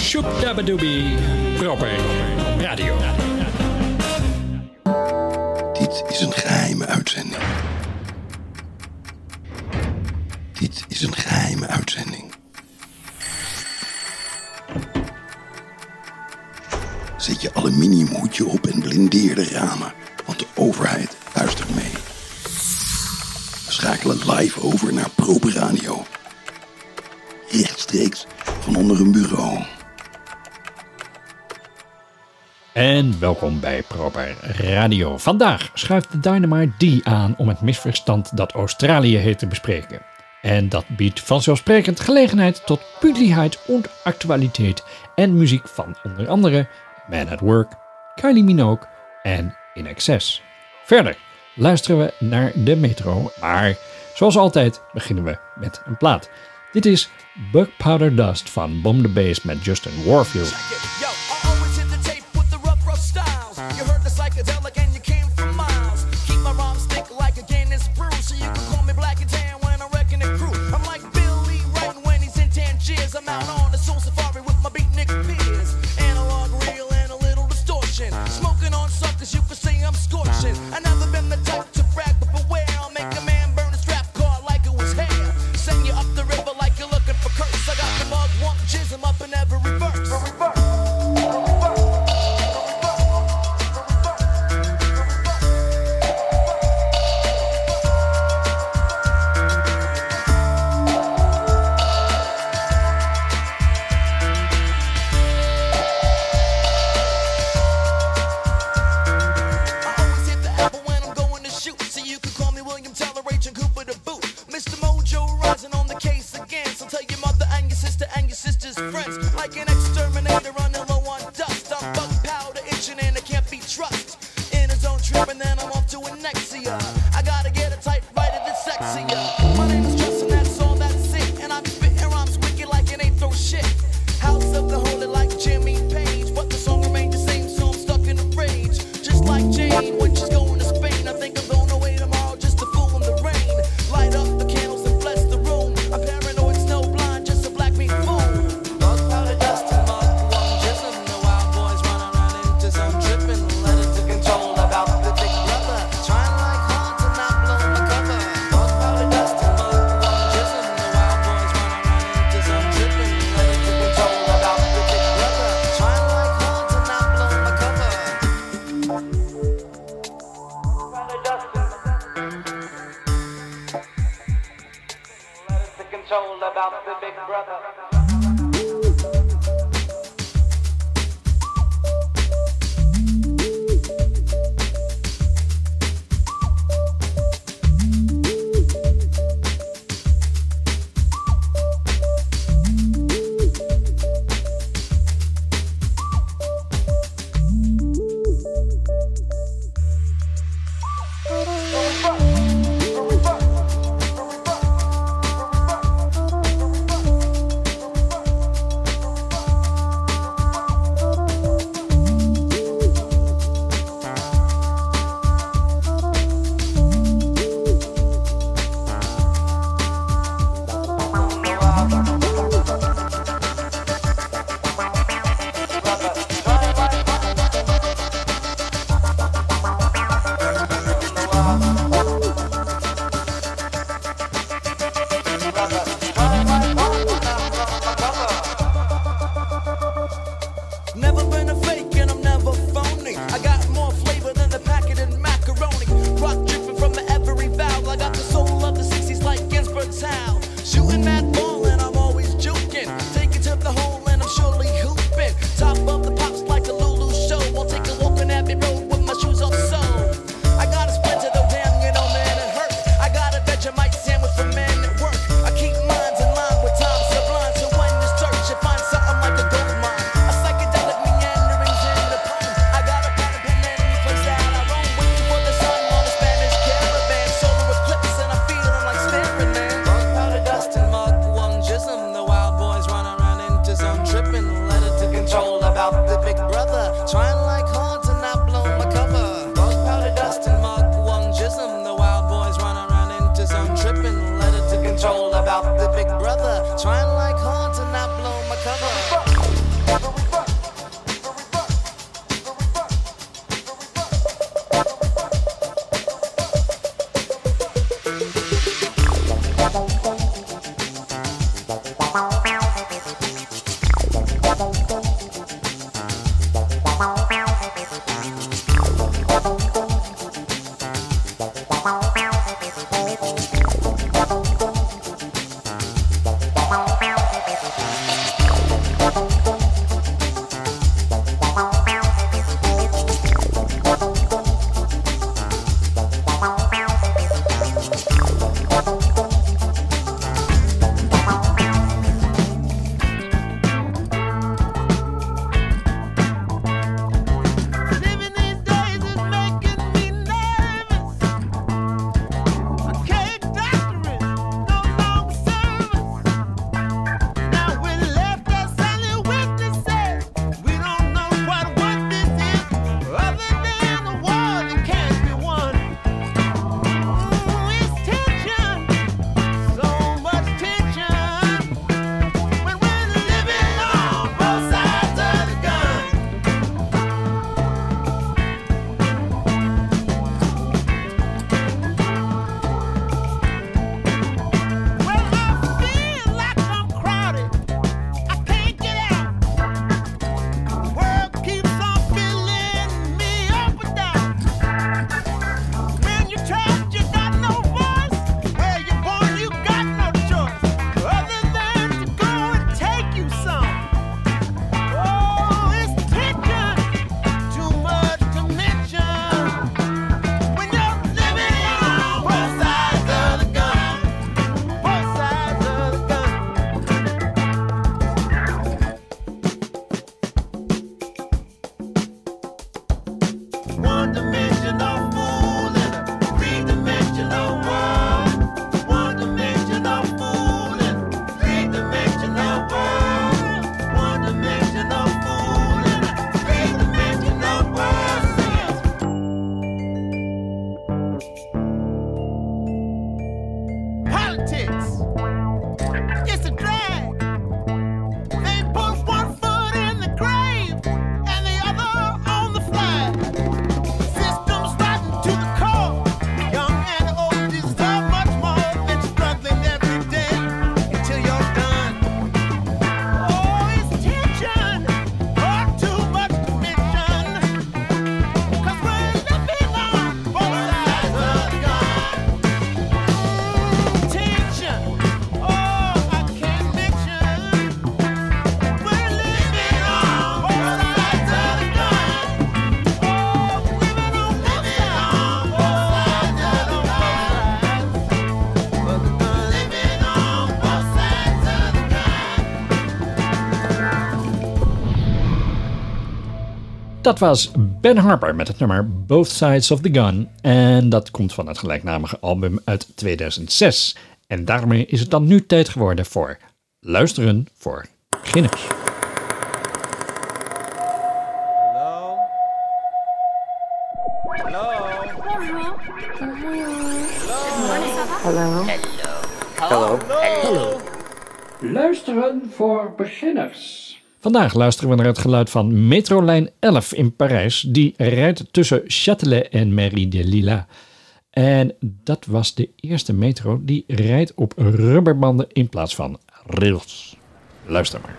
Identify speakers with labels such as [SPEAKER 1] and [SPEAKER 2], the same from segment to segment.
[SPEAKER 1] Shoepdabadoobie, proper radio.
[SPEAKER 2] Dit is een geheime uitzending. Dit is een geheime uitzending. Zet je aluminiumhoedje op en blindeer de ramen, want de overheid luistert mee. We schakelen live over naar Proper Radio. Rechtstreeks van onder een bureau.
[SPEAKER 1] En welkom bij Proper Radio. Vandaag schuift de Dynamite D aan om het misverstand dat Australië heeft te bespreken. En dat biedt vanzelfsprekend gelegenheid tot puntelijkheid en actualiteit en muziek van onder andere Man at Work, Kylie Minogue en In Excess. Verder luisteren we naar de metro, maar zoals altijd beginnen we met een plaat. Dit is Bug Powder Dust van Bomb the Bass met Justin Warfield. Dat was Ben Harper met het nummer Both Sides of the Gun. En dat komt van het gelijknamige album uit 2006. En daarmee is het dan nu tijd geworden voor Luisteren voor Beginners.
[SPEAKER 3] Hallo.
[SPEAKER 1] Luisteren voor beginners. Vandaag luisteren we naar het geluid van Metrolijn 11 in Parijs. Die rijdt tussen Châtelet en Mairie de Lila. En dat was de eerste metro die rijdt op rubberbanden in plaats van rails. Luister maar.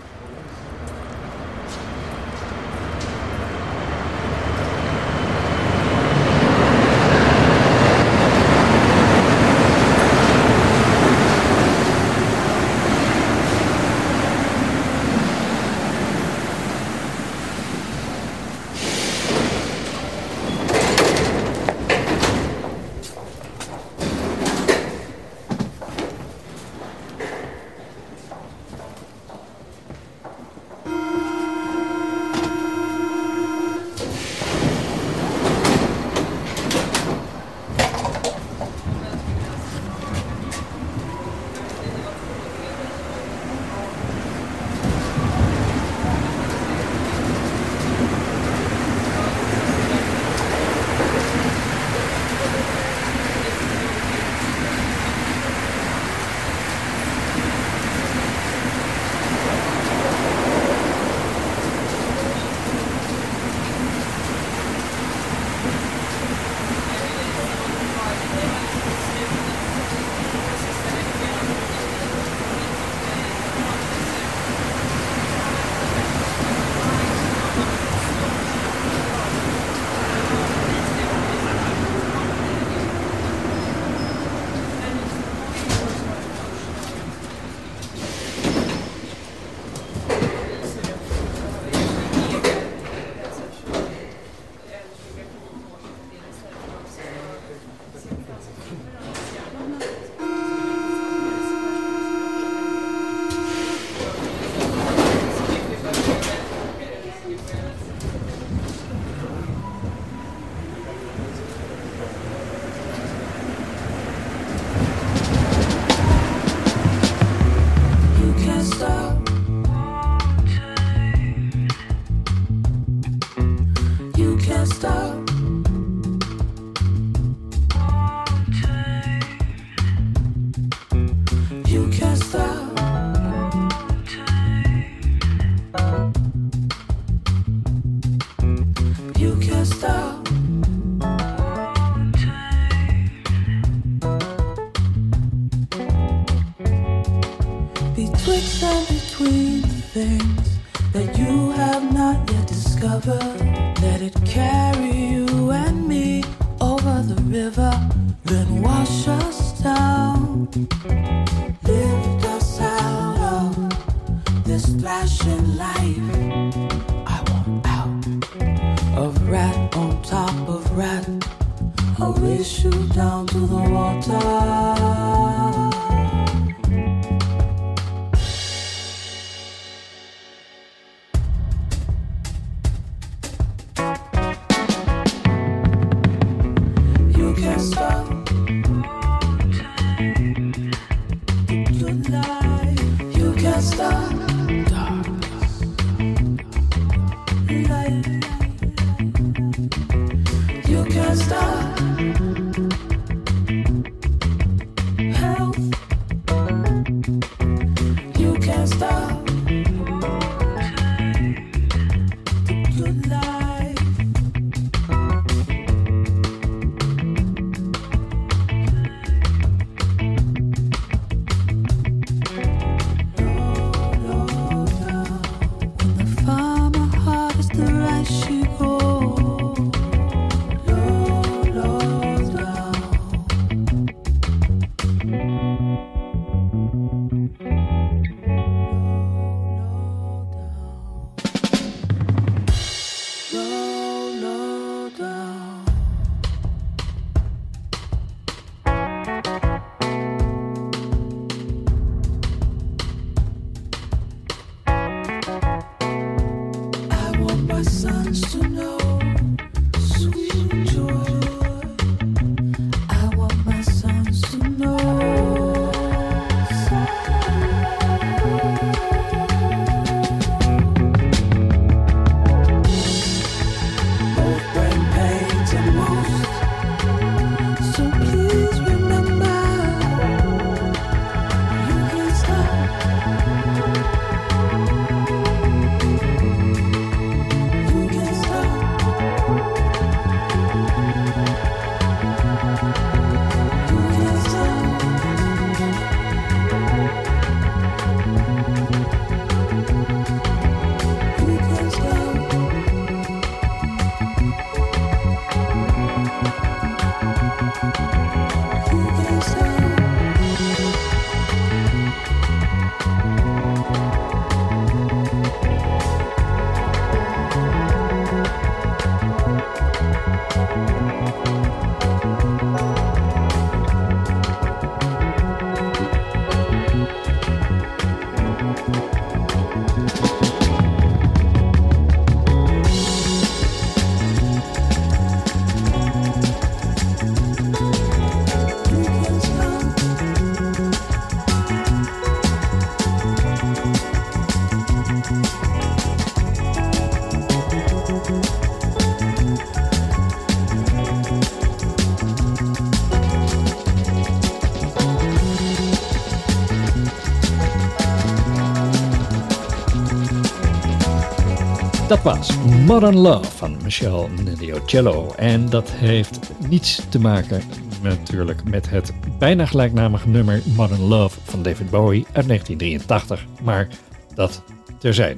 [SPEAKER 1] Dat was Modern Love van Michele Niliocello. En dat heeft niets te maken natuurlijk met het bijna gelijknamige nummer Modern Love van David Bowie uit 1983. Maar dat terzijde.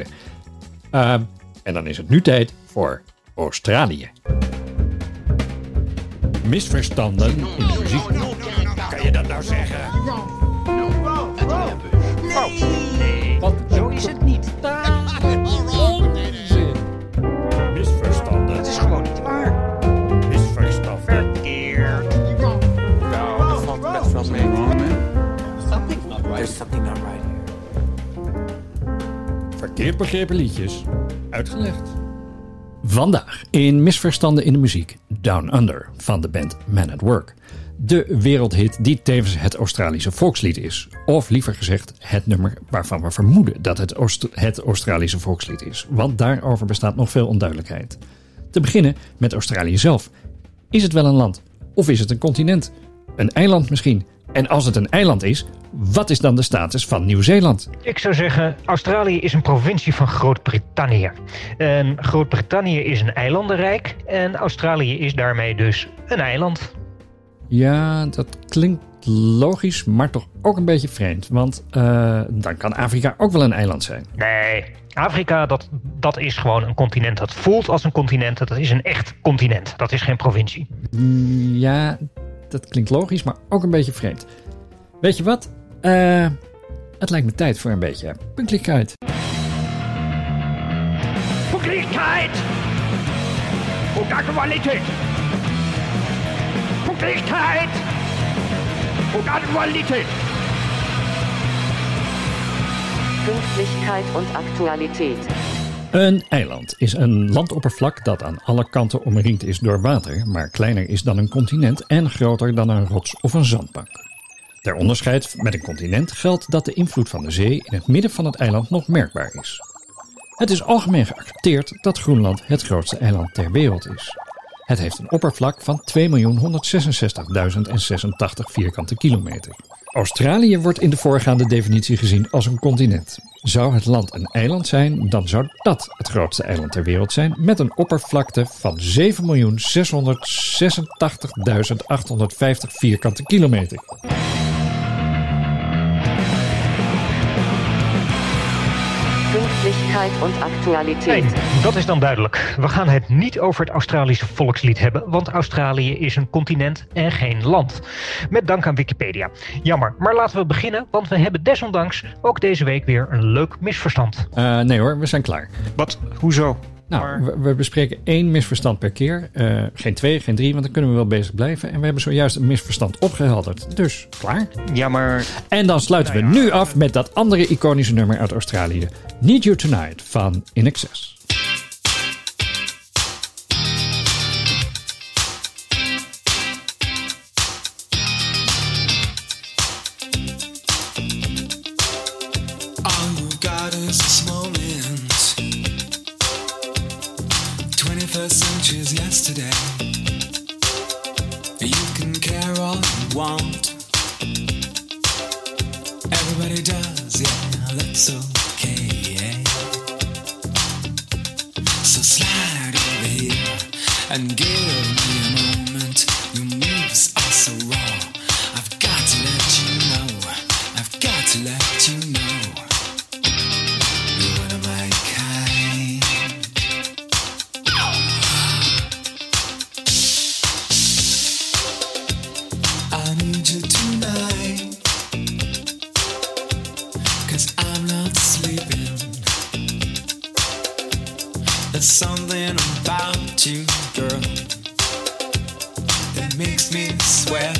[SPEAKER 1] En dan is het nu tijd voor Australië. Misverstanden in de muziek. Kan je dat nou zeggen?
[SPEAKER 3] Nee, zo is het niet.
[SPEAKER 1] Misverstanden.
[SPEAKER 3] Het is gewoon niet waar.
[SPEAKER 1] Misverstanden.
[SPEAKER 3] Verkeerd.
[SPEAKER 4] Nou, dat valt best wel mee.
[SPEAKER 3] There's something not right here.
[SPEAKER 1] Verkeerd begrepen liedjes uitgelegd. Vandaag in Misverstanden in de muziek Down Under van de band Man at Work. De wereldhit die tevens het Australische volkslied is. Of liever gezegd het nummer waarvan we vermoeden dat het Australische volkslied is. Want daarover bestaat nog veel onduidelijkheid. Te beginnen met Australië zelf. Is het wel een land? Of is het een continent? Een eiland misschien? En als het een eiland is, wat is dan de status van Nieuw-Zeeland?
[SPEAKER 5] Ik zou zeggen, Australië is een provincie van Groot-Brittannië. En Groot-Brittannië is een eilandenrijk en Australië is daarmee dus een eiland.
[SPEAKER 1] Ja, dat klinkt logisch, maar toch ook een beetje vreemd. Want dan kan Afrika ook wel een eiland zijn.
[SPEAKER 5] Nee, Afrika dat is gewoon een continent. Dat voelt als een continent, dat is een echt continent. Dat is geen provincie.
[SPEAKER 1] Ja, dat klinkt logisch, maar ook een beetje vreemd. Weet je wat? Het lijkt me tijd voor een beetje punktelijkheid.
[SPEAKER 5] Punktlichkeit! Und Aktualität! Punktlichkeit! Und Aktualität!
[SPEAKER 6] Pünktlichkeit und Aktualität.
[SPEAKER 1] Een eiland is een landoppervlak dat aan alle kanten omringd is door water, maar kleiner is dan een continent en groter dan een rots of een zandbank. Ter onderscheid met een continent geldt dat de invloed van de zee in het midden van het eiland nog merkbaar is. Het is algemeen geaccepteerd dat Groenland het grootste eiland ter wereld is. Het heeft een oppervlak van 2.166.086 vierkante kilometer. Australië wordt in de voorgaande definitie gezien als een continent. Zou het land een eiland zijn, dan zou dat het grootste eiland ter wereld zijn met een oppervlakte van 7.686.850 vierkante kilometer.
[SPEAKER 6] Pünktlichkeit und Aktualität.
[SPEAKER 5] Nee, dat is dan duidelijk. We gaan het niet over het Australische volkslied hebben, want Australië is een continent en geen land. Met dank aan Wikipedia. Jammer, maar laten we beginnen, want we hebben desondanks ook deze week weer een leuk misverstand.
[SPEAKER 1] Nee hoor, we zijn klaar.
[SPEAKER 3] Wat? Hoezo?
[SPEAKER 1] Nou, we bespreken 1 misverstand per keer. Geen 2, geen 3, want dan kunnen we wel bezig blijven. En we hebben zojuist een misverstand opgehelderd. Dus, klaar.
[SPEAKER 3] Ja, maar...
[SPEAKER 1] En dan sluiten we nu af met dat andere iconische nummer uit Australië. Need You Tonight van In Excess.
[SPEAKER 7] So slide over here and give me a moment. Your moves are so raw. I've got to let you know. I've got to let you know. You're one of my kind. I need you tonight, 'cause I'm not sleeping. There's something about you, girl, that makes me sweat.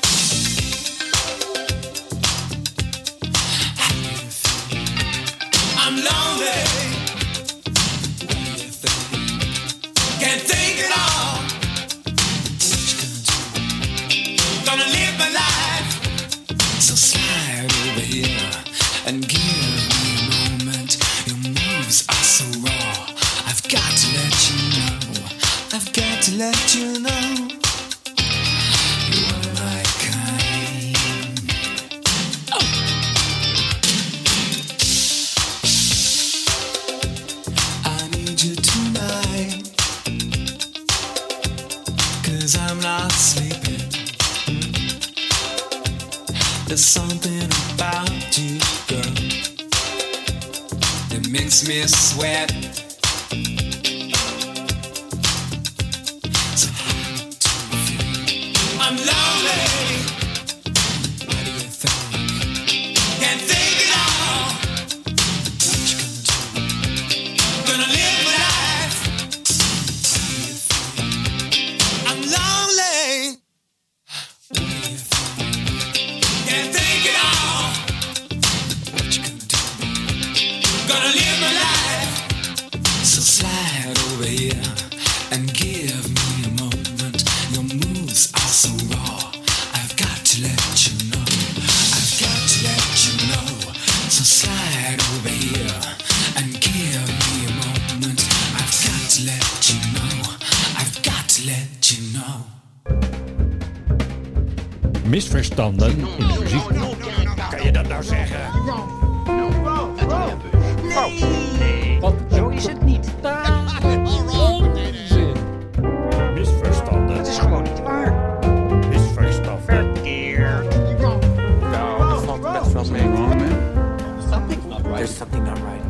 [SPEAKER 7] I'm lonely. What do you think? Can't think at all. What you gonna do? Gonna live my life. So slide over here and give me a moment. Your moves are so raw. I've got to let you know. I've got to let you know. You are my kind. Oh. I need you tonight, 'cause I'm not sleeping. There's something about you, girl, that makes me sweat. So how do you feel? I'm lonely. What do you think? Can't think at all. What you gonna do? Gonna live my life. How do you feel? I'm lonely. What do you think? Can't think at all. What you gonna do? Gonna live my life. So slide over here and give me a moment. Your moves are so raw. I've got to let you know. I've got to let you know. So slide over here and give me a moment. I've got to let you know. I've got to let you know.
[SPEAKER 1] Misverstanden in de muziek.
[SPEAKER 3] Kan je dat nou zeggen?
[SPEAKER 5] Nee,
[SPEAKER 1] Wat
[SPEAKER 5] zo is het niet.
[SPEAKER 1] onzin. Misverstanden.
[SPEAKER 5] Het is gewoon niet waar.
[SPEAKER 1] Misverstanden.
[SPEAKER 5] Verkeerd.
[SPEAKER 4] Nou, dat valt best wel mee.
[SPEAKER 3] There's something not right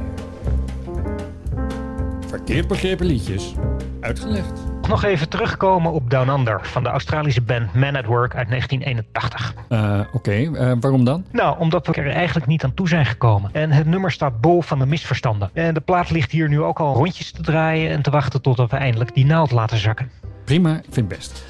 [SPEAKER 3] here.
[SPEAKER 1] Verkeerd begrepen liedjes. Uitgelegd.
[SPEAKER 5] Nog even terugkomen op Down Under van de Australische band Man at Work uit 1981.
[SPEAKER 1] Oké, waarom dan?
[SPEAKER 5] Nou, omdat we er eigenlijk niet aan toe zijn gekomen. En het nummer staat bol van de misverstanden. En de plaat ligt hier nu ook al rondjes te draaien en te wachten totdat we eindelijk die naald laten zakken.
[SPEAKER 1] Prima, ik vind het best.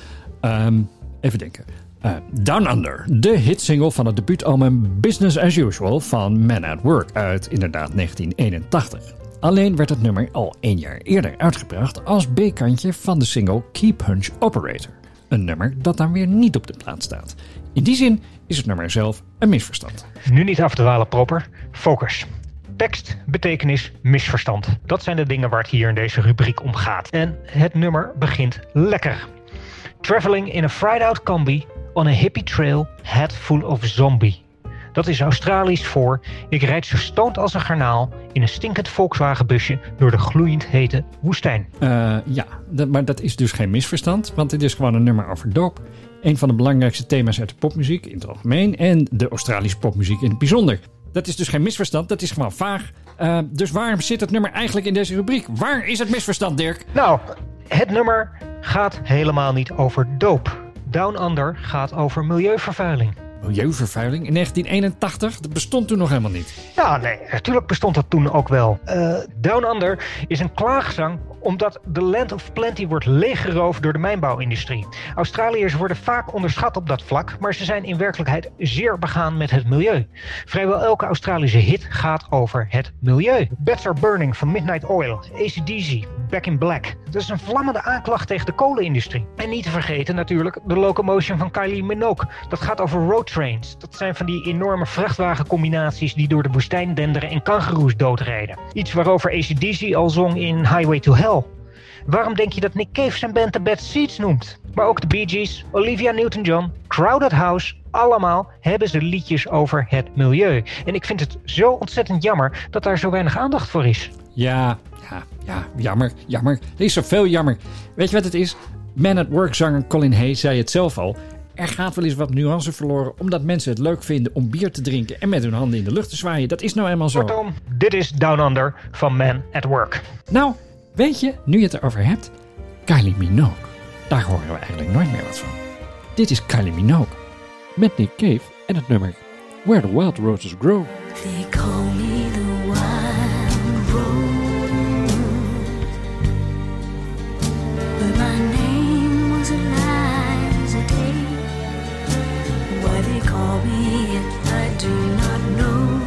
[SPEAKER 1] Even denken. Down Under, de hitsingle van het debuutalbum Business as Usual van Man at Work uit inderdaad 1981. Alleen werd het nummer al 1 jaar eerder uitgebracht als B-kantje van de single Key Punch Operator. Een nummer dat dan weer niet op de plaat staat. In die zin is het nummer zelf een misverstand.
[SPEAKER 5] Nu niet afdwalen, proper. Focus. Tekst, betekenis, misverstand. Dat zijn de dingen waar het hier in deze rubriek om gaat. En het nummer begint lekker. Traveling in a fried out combi on a hippie trail head full of zombie. Dat is Australisch voor: ik rijd zo stoned als een garnaal in een stinkend Volkswagenbusje door de gloeiend hete woestijn.
[SPEAKER 1] Maar dat is dus geen misverstand, want dit is gewoon een nummer over doop. Een van de belangrijkste thema's uit de popmuziek in het algemeen en de Australische popmuziek in het bijzonder. Dat is dus geen misverstand, dat is gewoon vaag. Dus waarom zit het nummer eigenlijk in deze rubriek? Waar is het misverstand, Dirk?
[SPEAKER 5] Nou, het nummer gaat helemaal niet over doop. Down Under gaat over milieuvervuiling.
[SPEAKER 1] Milieuvervuiling in 1981? Dat bestond toen nog helemaal niet.
[SPEAKER 5] Ja, nee, natuurlijk bestond dat toen ook wel. Down Under is een klaagzang omdat de Land of Plenty wordt leeggeroofd door de mijnbouwindustrie. Australiërs worden vaak onderschat op dat vlak, maar ze zijn in werkelijkheid zeer begaan met het milieu. Vrijwel elke Australische hit gaat over het milieu. Beds Are Burning van Midnight Oil, AC/DC, Back in Black. Dat is een vlammende aanklacht tegen de kolenindustrie. En niet te vergeten natuurlijk de Locomotion van Kylie Minogue. Dat gaat over roadtrains. Dat zijn van die enorme vrachtwagencombinaties die door de woestijn denderen en kangoeroes doodrijden. Iets waarover AC/DC al zong in Highway to Hell. Waarom denk je dat Nick Cave zijn band The Bad Seeds noemt? Maar ook de Bee Gees, Olivia Newton-John, Crowded House, allemaal hebben ze liedjes over het milieu. En ik vind het zo ontzettend jammer dat daar zo weinig aandacht voor is.
[SPEAKER 1] Ja, Ja, jammer. Er is zoveel jammer. Weet je wat het is? Man at Work zanger Colin Hayes zei het zelf al. Er gaat wel eens wat nuance verloren omdat mensen het leuk vinden om bier te drinken en met hun handen in de lucht te zwaaien. Dat is nou eenmaal zo.
[SPEAKER 5] Kortom, dit is Down Under van Man at Work.
[SPEAKER 1] Nou, weet je, nu je het erover hebt, Kylie Minogue. Daar horen we eigenlijk nooit meer wat van. Dit is Kylie Minogue met Nick Cave en het nummer Where the Wild Roses Grow.
[SPEAKER 8] They call me the wild rose, but my name was Eliza Day. Why they call me it, I do not know.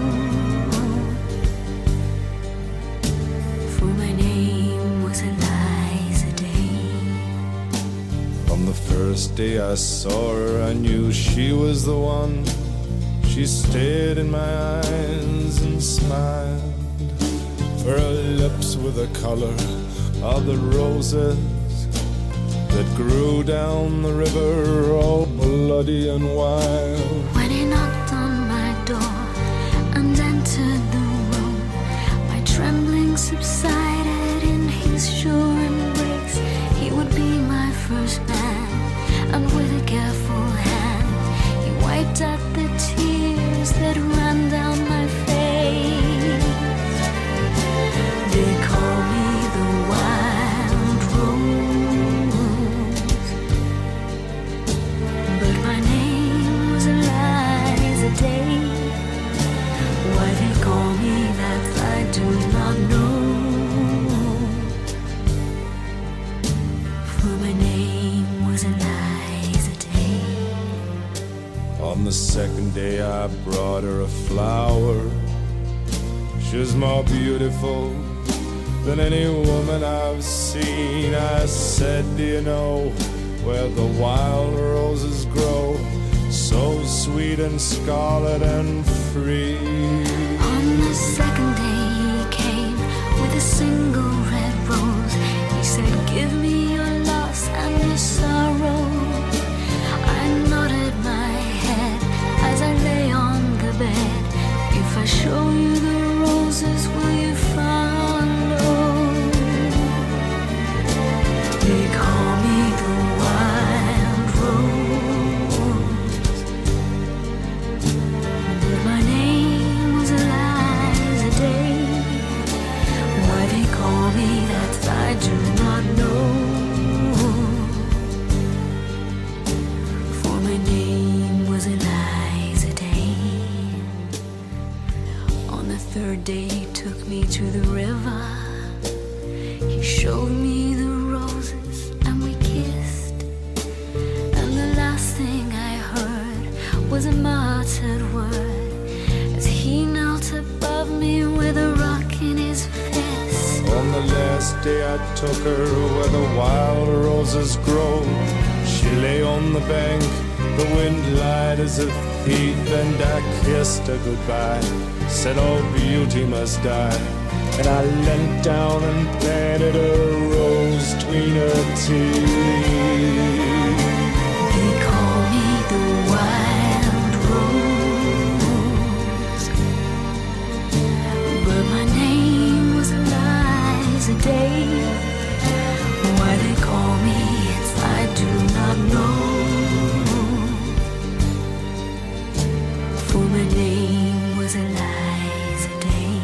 [SPEAKER 8] For my name was Eliza Day.
[SPEAKER 9] On the first day I saw her, I knew she was the one. She stared in my eyes and smiled. For her lips were the color of the roses that grew down the river, all bloody and wild.
[SPEAKER 8] When he knocked on my door and entered the room, my trembling subsided in his sure embrace. He would be my first man, and with a careful hand he wiped out the tears that ran down my face. They call me the wild rose, but my name was Eliza Day. Why they call me that I do not know. For my name was Eliza Day.
[SPEAKER 9] On the second day I brought her a flower. She was more beautiful than any woman I've seen. I said, do you know where the wild roses grow? So sweet and scarlet and free.
[SPEAKER 8] On the second day he came with a single red rose. He said, give me your loss and your sorrow. I nodded my head as I lay on the bed. If I show you the roses, will you follow? They call me the wild rose, but my name was Eliza Day. Why they call me that I do not know. For my name was Eliza Day. On the third day he took me to the river. He showed me the roses and we kissed. And the last thing I heard was a muttered word as he knelt above me with a rock in his fist.
[SPEAKER 9] On the last day I took her where the wild roses grow. She lay on the bank, the wind lied as a thief, and I kissed her goodbye. Said all beauty must die. And I leant down and planted a rose between her teeth.
[SPEAKER 8] They call me the wild rose, but my name was Eliza Day. Why they call me it, I do not know. For my name was Eliza Day.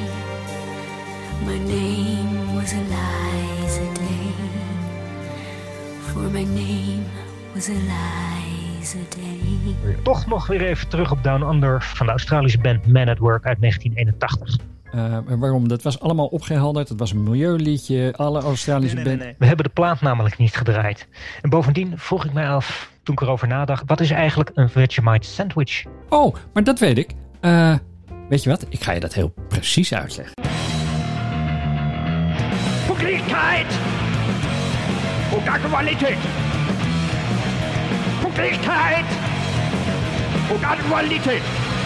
[SPEAKER 8] My name was Eliza Day. For my name was Eliza Day.
[SPEAKER 5] Toch nog weer even terug op Down Under van de Australische band Man at Work uit 1981.
[SPEAKER 1] Waarom? Dat was allemaal opgehelderd. Het was een milieuliedje. Alle Australische band.
[SPEAKER 5] Nee. We hebben de plaat namelijk niet gedraaid. En bovendien vroeg ik mij af, toen ik erover nadacht, wat is eigenlijk een Vegemite sandwich?
[SPEAKER 1] Oh, maar dat weet ik. Weet je wat? Ik ga je dat heel precies uitleggen.
[SPEAKER 3] Pünktlichkeit und Aktualität. Pünktlichkeit und Aktualität.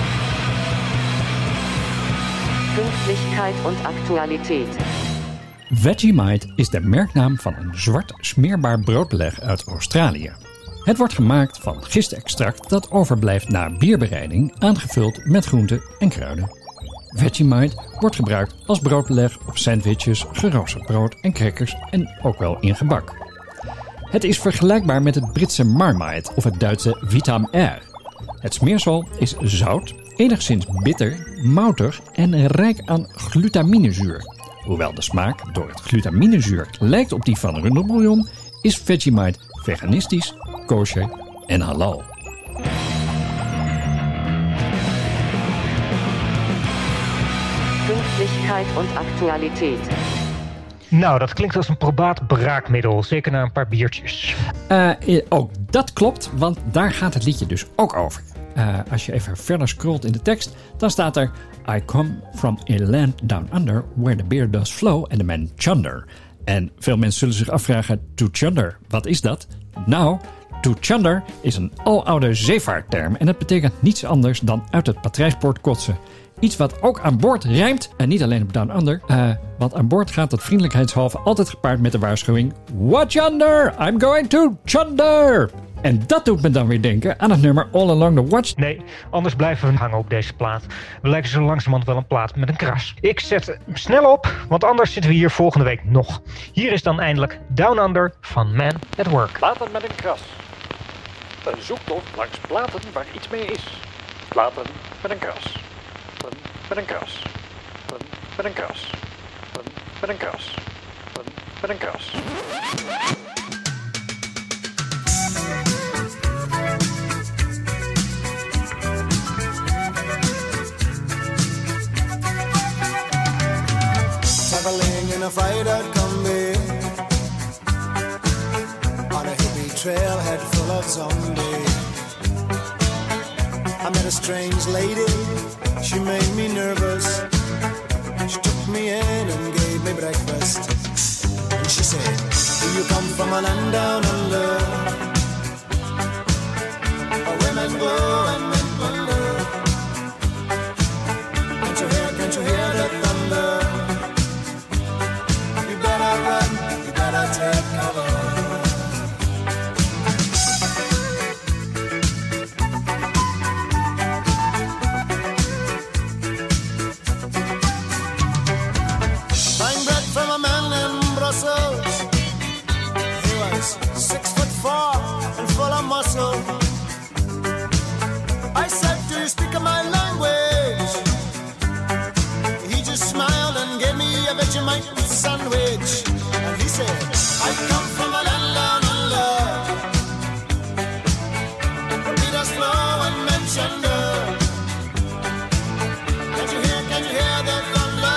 [SPEAKER 6] Pünktlichkeit und Aktualität.
[SPEAKER 1] Vegemite is de merknaam van een zwart smeerbaar broodbeleg uit Australië. Het wordt gemaakt van gistextract dat overblijft na bierbereiding, aangevuld met groenten en kruiden. Vegemite wordt gebruikt als broodbeleg op sandwiches, geroosterd brood en crackers en ook wel in gebak. Het is vergelijkbaar met het Britse Marmite of het Duitse Vitam Air. Het smeersel is zout, enigszins bitter, moutig en rijk aan glutaminezuur. Hoewel de smaak door het glutaminezuur lijkt op die van runderbouillon, is Vegemite veganistisch, kosher en halal.
[SPEAKER 6] Pünktlichkeit und Aktualität.
[SPEAKER 5] Nou, dat klinkt als een probaat braakmiddel. Zeker na een paar biertjes.
[SPEAKER 1] Ook dat klopt, want daar gaat het liedje dus ook over. Als je even verder scrolt in de tekst, dan staat er: I come from a land down under where the beer does flow and the men chunder. En veel mensen zullen zich afvragen, to chunder, wat is dat? Nou, to chunder is een aloude zeevaartterm en het betekent niets anders dan uit het patrijspoort kotsen. Iets wat ook aan boord rijmt en niet alleen op Down Under. Want aan boord gaat het vriendelijkheidshalve altijd gepaard met de waarschuwing: Watch under, I'm going to chunder. En dat doet me dan weer denken aan het nummer All Along the Watch.
[SPEAKER 5] Nee, anders blijven we hangen op deze plaat. We lijken zo langzamerhand wel een plaat met een kras. Ik zet snel op, want anders zitten we hier volgende week nog. Hier is dan eindelijk Down Under van Man at Work.
[SPEAKER 1] Platen met een kras. Een zoektocht langs platen waar iets mee is. Platen met een kras. Met een kras. Met een kras. Met een kras. Met een kras.
[SPEAKER 10] Traveling in a freighter combi on a hippie trailhead full of zombies. I met a strange lady, she made me nervous. She took me in and gave me breakfast. And she said, do you come from a land down under, where women go and men wonder? Can't you hear the thunder? You better run, you better take cover. He was 6'4" and full of muscle. I said, do you speak my language? He just smiled and gave me a Vegemite sandwich. And he said, I come from a land down under, where Peter's flow and men chunder. Can you hear the thunder?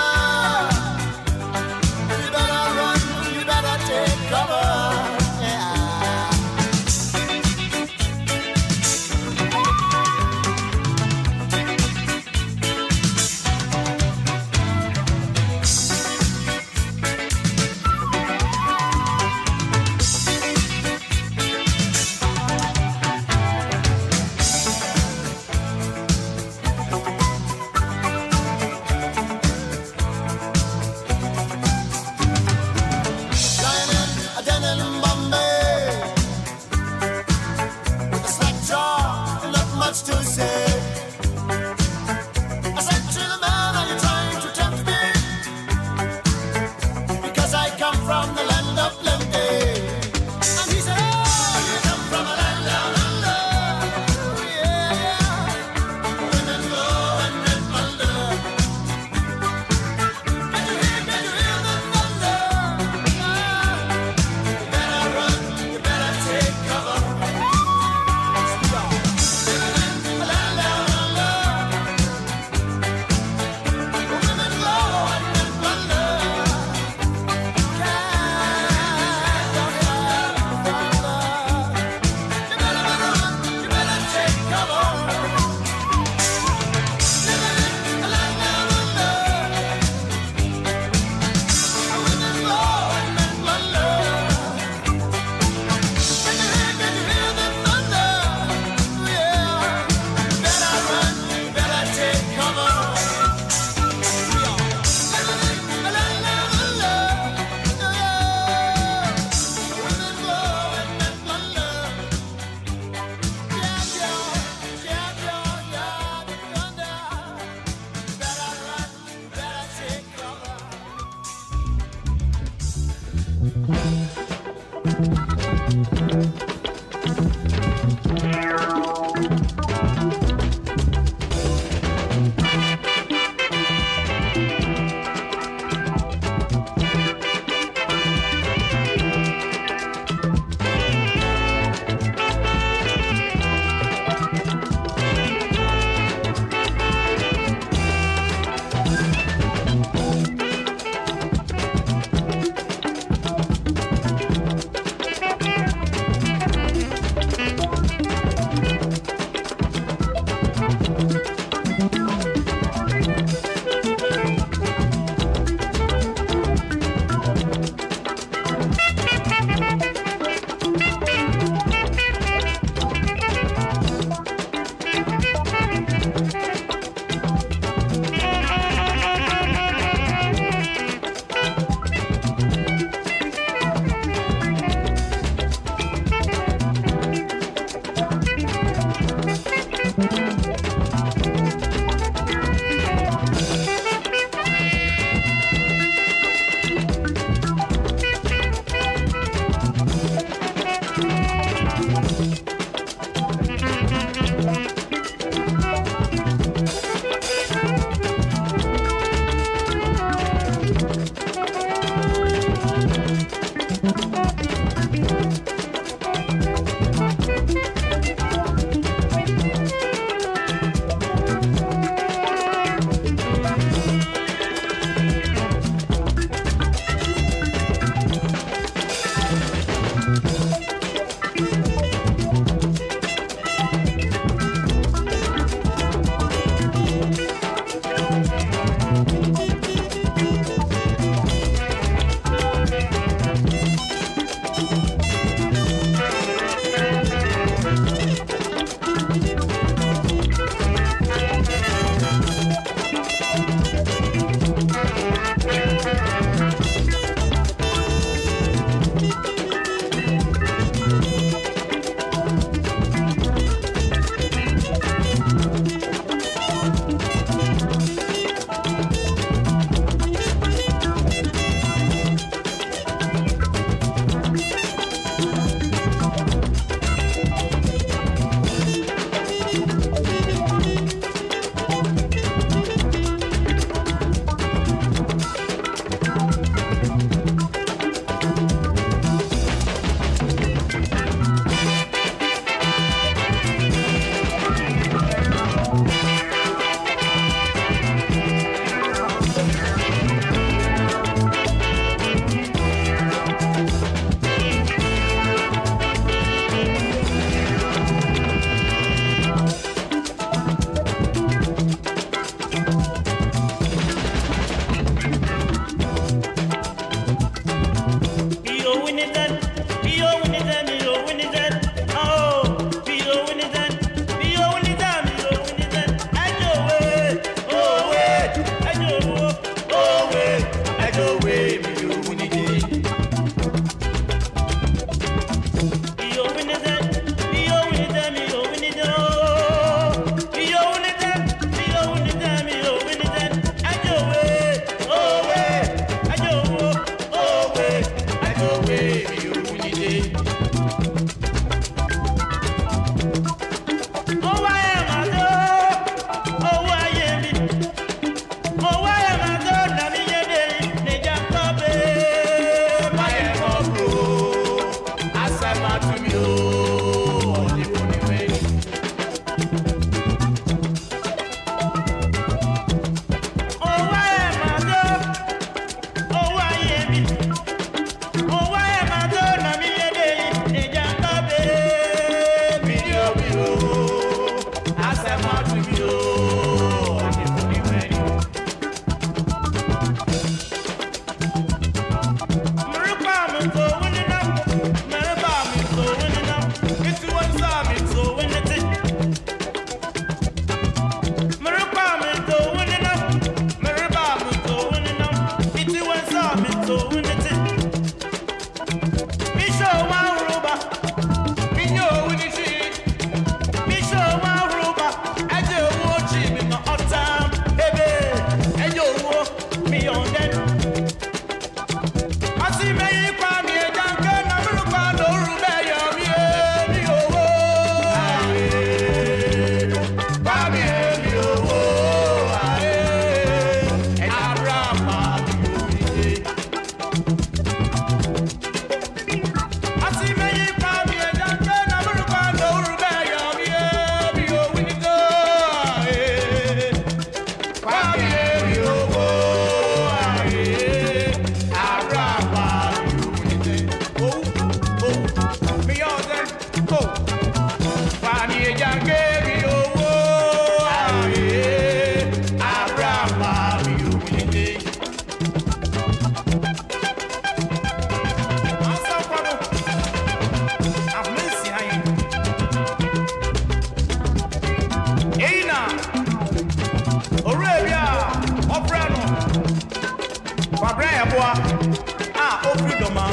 [SPEAKER 10] See me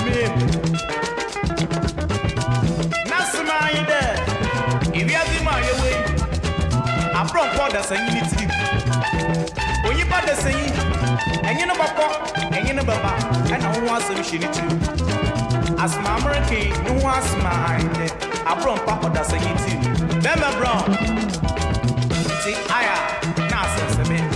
[SPEAKER 10] me. Nasma ide. If you have my way. I brought for the same unity. When you bought the same, and you know Papa, and you know Baba, and no one so she need to. As my American, no one's mine. I brought Papa the same unity. Remember, Brown. See, I am nonsense, man.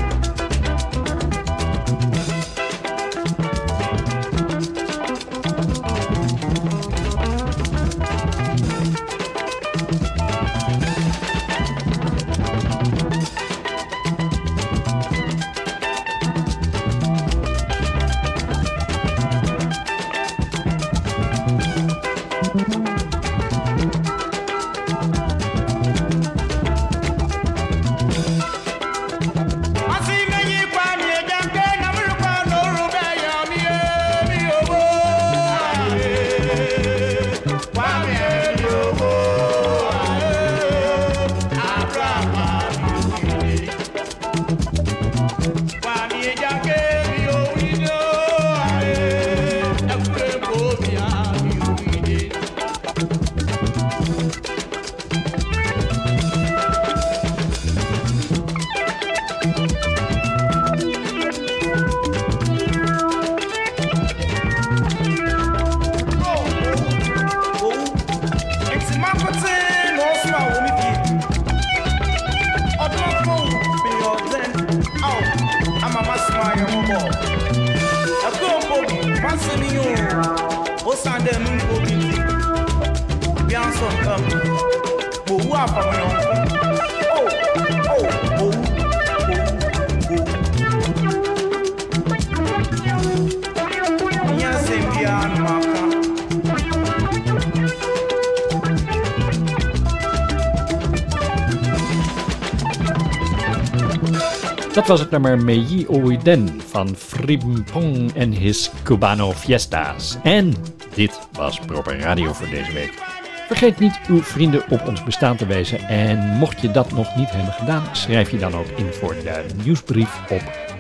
[SPEAKER 1] Dat was het nummer Meyi Oiden van Frimpong en his Cubano Fiestas. En dit was Proper Radio voor deze week. Vergeet niet uw vrienden op ons bestaan te wijzen. En mocht je dat nog niet hebben gedaan, schrijf je dan ook in voor de nieuwsbrief op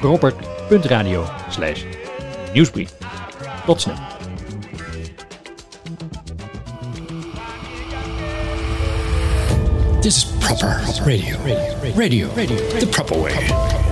[SPEAKER 1] proper.radio/nieuwsbrief. Tot snel.
[SPEAKER 11] This is Proper Radio. The proper way.